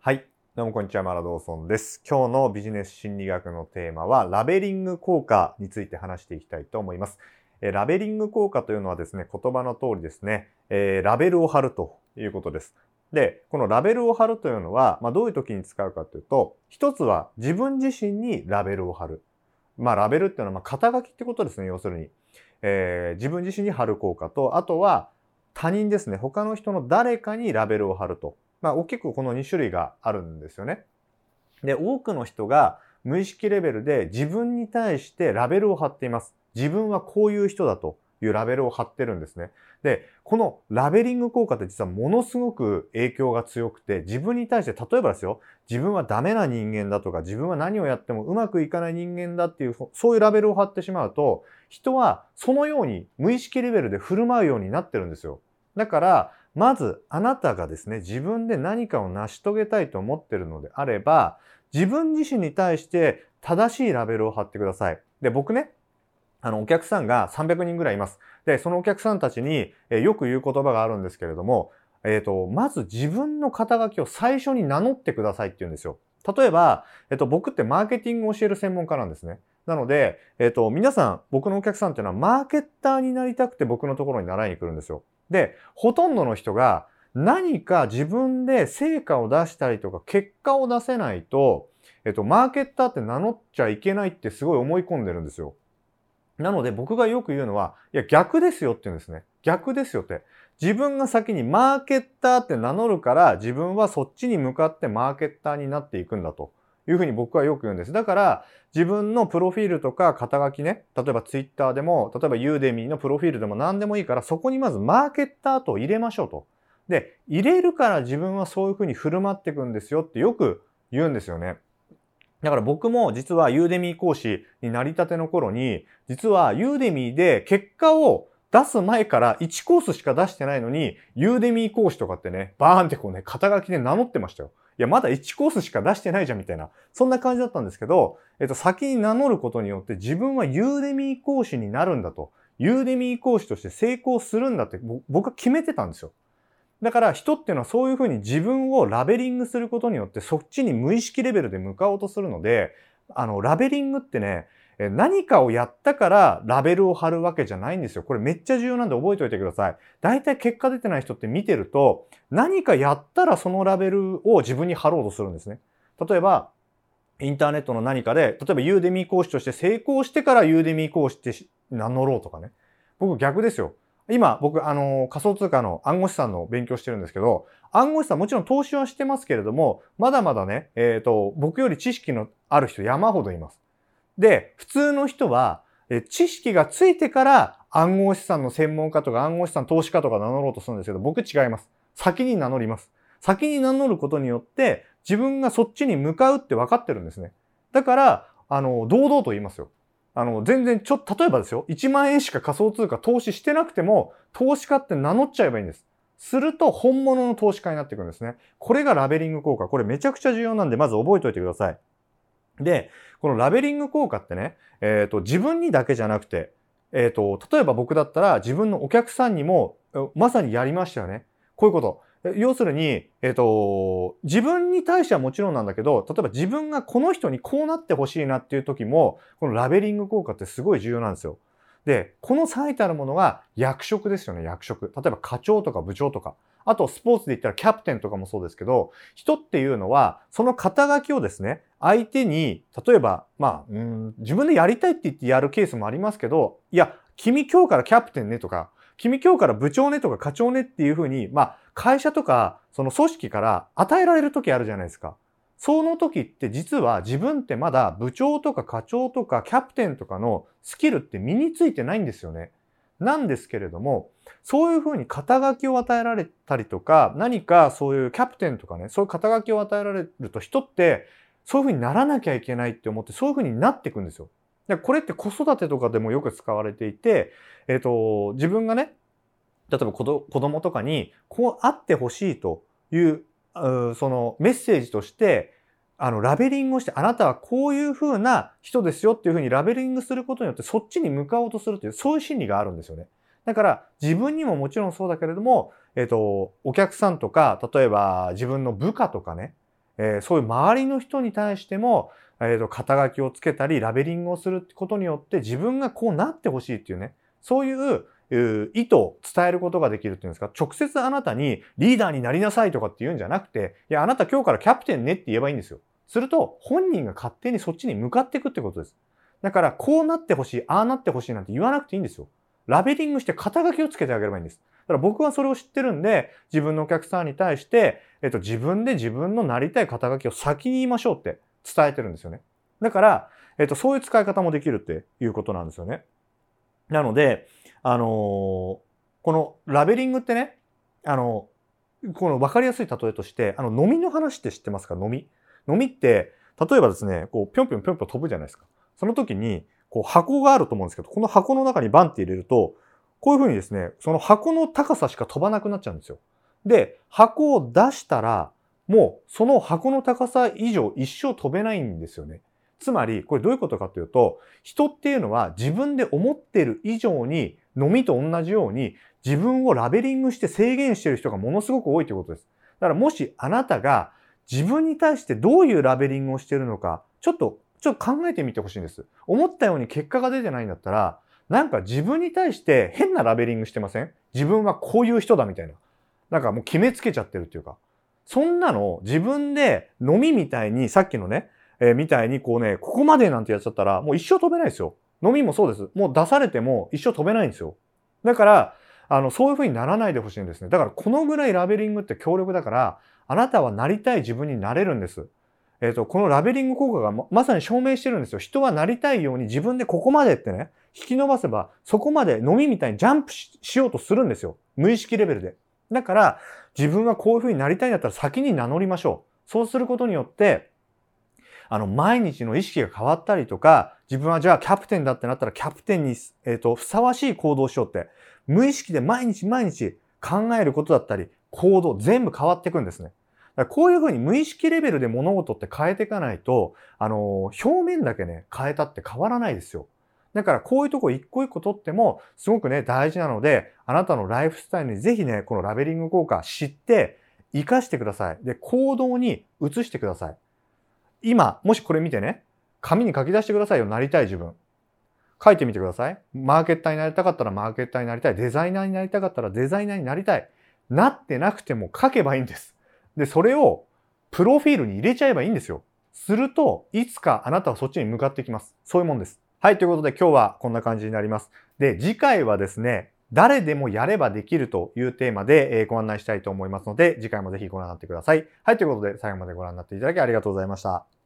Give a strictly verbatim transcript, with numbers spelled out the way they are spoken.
はい。どうもこんにちは、マラドーソンです。今日のビジネス心理学のテーマは、ラベリング効果について話していきたいと思います。えー、ラベリング効果というのはですね、言葉の通りですね、えー、ラベルを貼るということです。で、このラベルを貼るというのは、まあ、どういう時に使うかというと、一つは自分自身にラベルを貼る。まあ、ラベルっていうのは、まあ、肩書きってことですね、要するに。えー、自分自身に貼る効果と、あとは他人ですね、他の人の誰かにラベルを貼ると。まあ、大きくこのに種類があるんですよね。で、多くの人が無意識レベルで自分に対してラベルを貼っています。自分はこういう人だというラベルを貼ってるんですね。で、このラベリング効果って実はものすごく影響が強くて、自分に対して、例えばですよ、自分はダメな人間だとか、自分は何をやってもうまくいかない人間だっていう、そういうラベルを貼ってしまうと、人はそのように無意識レベルで振る舞うようになってるんですよ。だから、まずあなたがですね、自分で何かを成し遂げたいと思っているのであれば、自分自身に対して正しいラベルを貼ってください。で、僕ね、あの、お客さんがさんびゃくにんぐらいいます。で、そのお客さんたちに、えーよく言う言葉があるんですけれども、えっと、まず自分の肩書きを最初に名乗ってくださいって言うんですよ。例えば、えっと、僕ってマーケティングを教える専門家なんですね。なので、えっと、皆さん、僕のお客さんっていうのはマーケッターになりたくて僕のところに習いに来るんですよ。で、ほとんどの人が何か自分で成果を出したりとか結果を出せないと、えっと、マーケッターって名乗っちゃいけないってすごい思い込んでるんですよ。なので僕がよく言うのは、いや逆ですよって言うんですね。逆ですよって。自分が先にマーケッターって名乗るから自分はそっちに向かってマーケッターになっていくんだというふうに僕はよく言うんです。だから自分のプロフィールとか肩書きね、例えばツイッターでも、例えばユーデミーのプロフィールでも何でもいいからそこにまずマーケッターと入れましょうと。で、入れるから自分はそういうふうに振る舞っていくんですよってよく言うんですよね。だから僕も実はユーデミー講師になりたての頃に、実はユーデミーで結果を出す前からいちコースしか出してないのに、ユーデミー講師とかってね、バーンってこうね、肩書きで名乗ってましたよ。いや、まだいちコースしか出してないじゃんみたいな。そんな感じだったんですけど、えっと、先に名乗ることによって自分はユーデミー講師になるんだと。ユーデミー講師として成功するんだって僕は決めてたんですよ。だから人っていうのはそういうふうに自分をラベリングすることによってそっちに無意識レベルで向かおうとするので、あの、ラベリングってね、何かをやったからラベルを貼るわけじゃないんですよ。これめっちゃ重要なんで覚えておいてください。大体結果出てない人って見てると、何かやったらそのラベルを自分に貼ろうとするんですね。例えば、インターネットの何かで、例えばユーデミー講師として成功してからユーデミー講師って名乗ろうとかね。僕逆ですよ。今、僕、あの、仮想通貨の暗号資産の勉強してるんですけど、暗号資産もちろん投資はしてますけれども、まだまだね、えっと、僕より知識のある人山ほどいます。で、普通の人は、え知識がついてから暗号資産の専門家とか暗号資産投資家とか名乗ろうとするんですけど、僕違います。先に名乗ります。先に名乗ることによって、自分がそっちに向かうって分かってるんですね。だから、あの、堂々と言いますよ。あの、全然ちょ、例えばですよ、いちまんえんしか仮想通貨投資してなくても、投資家って名乗っちゃえばいいんです。すると、本物の投資家になっていくんですね。これがラベリング効果。これめちゃくちゃ重要なんで、まず覚えておいてください。で、このラベリング効果ってね、えっと、自分にだけじゃなくて、えっと、例えば僕だったら自分のお客さんにも、まさにやりましたよね。こういうこと。要するに、えっと、自分に対してはもちろんなんだけど、例えば自分がこの人にこうなってほしいなっていう時も、このラベリング効果ってすごい重要なんですよ。で、この最たるものが役職ですよね、役職。例えば課長とか部長とか。あとスポーツで言ったらキャプテンとかもそうですけど、人っていうのは、その肩書きをですね、相手に、例えば、まあ、うん、自分でやりたいって言ってやるケースもありますけど、いや、君今日からキャプテンねとか、君今日から部長ねとか課長ねっていうふうに、まあ、会社とか、その組織から与えられる時あるじゃないですか。その時って実は自分ってまだ部長とか課長とかキャプテンとかのスキルって身についてないんですよね。なんですけれども、そういうふうに肩書きを与えられたりとか、何かそういうキャプテンとかね、そういう肩書きを与えられると人ってそういうふうにならなきゃいけないって思ってそういうふうになっていくんですよ。でこれって子育てとかでもよく使われていて、えっと、自分がね、例えば子供とかにこうあってほしいという、うそのメッセージとして、あの、ラベリングをして、あなたはこういう風な人ですよっていう風にラベリングすることによって、そっちに向かおうとするという、そういう心理があるんですよね。だから、自分にももちろんそうだけれども、えっと、お客さんとか、例えば自分の部下とかね、 えー、そういう周りの人に対しても、えーと、肩書きをつけたり、ラベリングをすることによって自分がこうなってほしいっていうね、そういう意図を伝えることができるっていうんですか、直接あなたにリーダーになりなさいとかって言うんじゃなくて、いや、あなた今日からキャプテンねって言えばいいんですよ。すると、本人が勝手にそっちに向かっていくってことです。だから、こうなってほしい、ああなってほしいなんて言わなくていいんですよ。ラベリングして肩書きをつけてあげればいいんです。だから僕はそれを知ってるんで、自分のお客さんに対して、えっと、自分で自分のなりたい肩書きを先に言いましょうって伝えてるんですよね。だから、えっと、そういう使い方もできるっていうことなんですよね。なので、あのー、このラベリングってね、あの、この分かりやすい例えとして、あの、飲みの話って知ってますか？飲み。飲みって、例えばですね、こう、ぴょんぴょんぴょんぴょん飛ぶじゃないですか。その時に、こう、箱があると思うんですけど、この箱の中にバンって入れると、こういう風にですね、その箱の高さしか飛ばなくなっちゃうんですよ。で、箱を出したら、もうその箱の高さ以上一生飛べないんですよね。つまり、これどういうことかというと、人っていうのは自分で思っている以上に、飲みと同じように自分をラベリングして制限している人がものすごく多いということです。だからもしあなたが自分に対してどういうラベリングをしているのか、ちょっと、ちょっと考えてみてほしいんです。思ったように結果が出てないんだったら、なんか自分に対して変なラベリングしてません？自分はこういう人だみたいな。なんかもう決めつけちゃってるっていうか。そんなの自分で飲みみたいに、さっきのね、えー、みたいにこうね、ここまでなんてやっちゃったら、もう一生飛べないですよ。飲みもそうです。もう出されても一生飛べないんですよ。だから、あの、そういう風にならないでほしいんですね。だからこのぐらいラベリングって強力だから、あなたはなりたい自分になれるんです。えっと、このラベリング効果が ま, まさに証明してるんですよ。人はなりたいように自分でここまでってね、引き伸ばせば、そこまで飲みみたいにジャンプ し, しようとするんですよ。無意識レベルで。だから、自分はこういう風になりたいんだったら先に名乗りましょう。そうすることによって、あの、毎日の意識が変わったりとか、自分はじゃあキャプテンだってなったらキャプテンに、えっと、ふさわしい行動をしようって、無意識で毎日毎日考えることだったり、行動全部変わっていくんですね。だからこういうふうに無意識レベルで物事って変えていかないと、あの、表面だけね、変えたって変わらないですよ。だからこういうとこ一個一個取ってもすごくね、大事なので、あなたのライフスタイルにぜひね、このラベリング効果知って活かしてください。で、行動に移してください。今、もしこれ見てね、紙に書き出してくださいよ。なりたい自分。書いてみてください。マーケッターになりたかったらマーケッターになりたい。デザイナーになりたかったらデザイナーになりたい。なってなくても書けばいいんです。で、それをプロフィールに入れちゃえばいいんですよ。すると、いつかあなたはそっちに向かってきます。そういうもんです。はい、ということで今日はこんな感じになります。で、次回はですね、誰でもやればできるというテーマでご案内したいと思いますので、次回もぜひご覧になってください。はい、ということで最後までご覧になっていただきありがとうございました。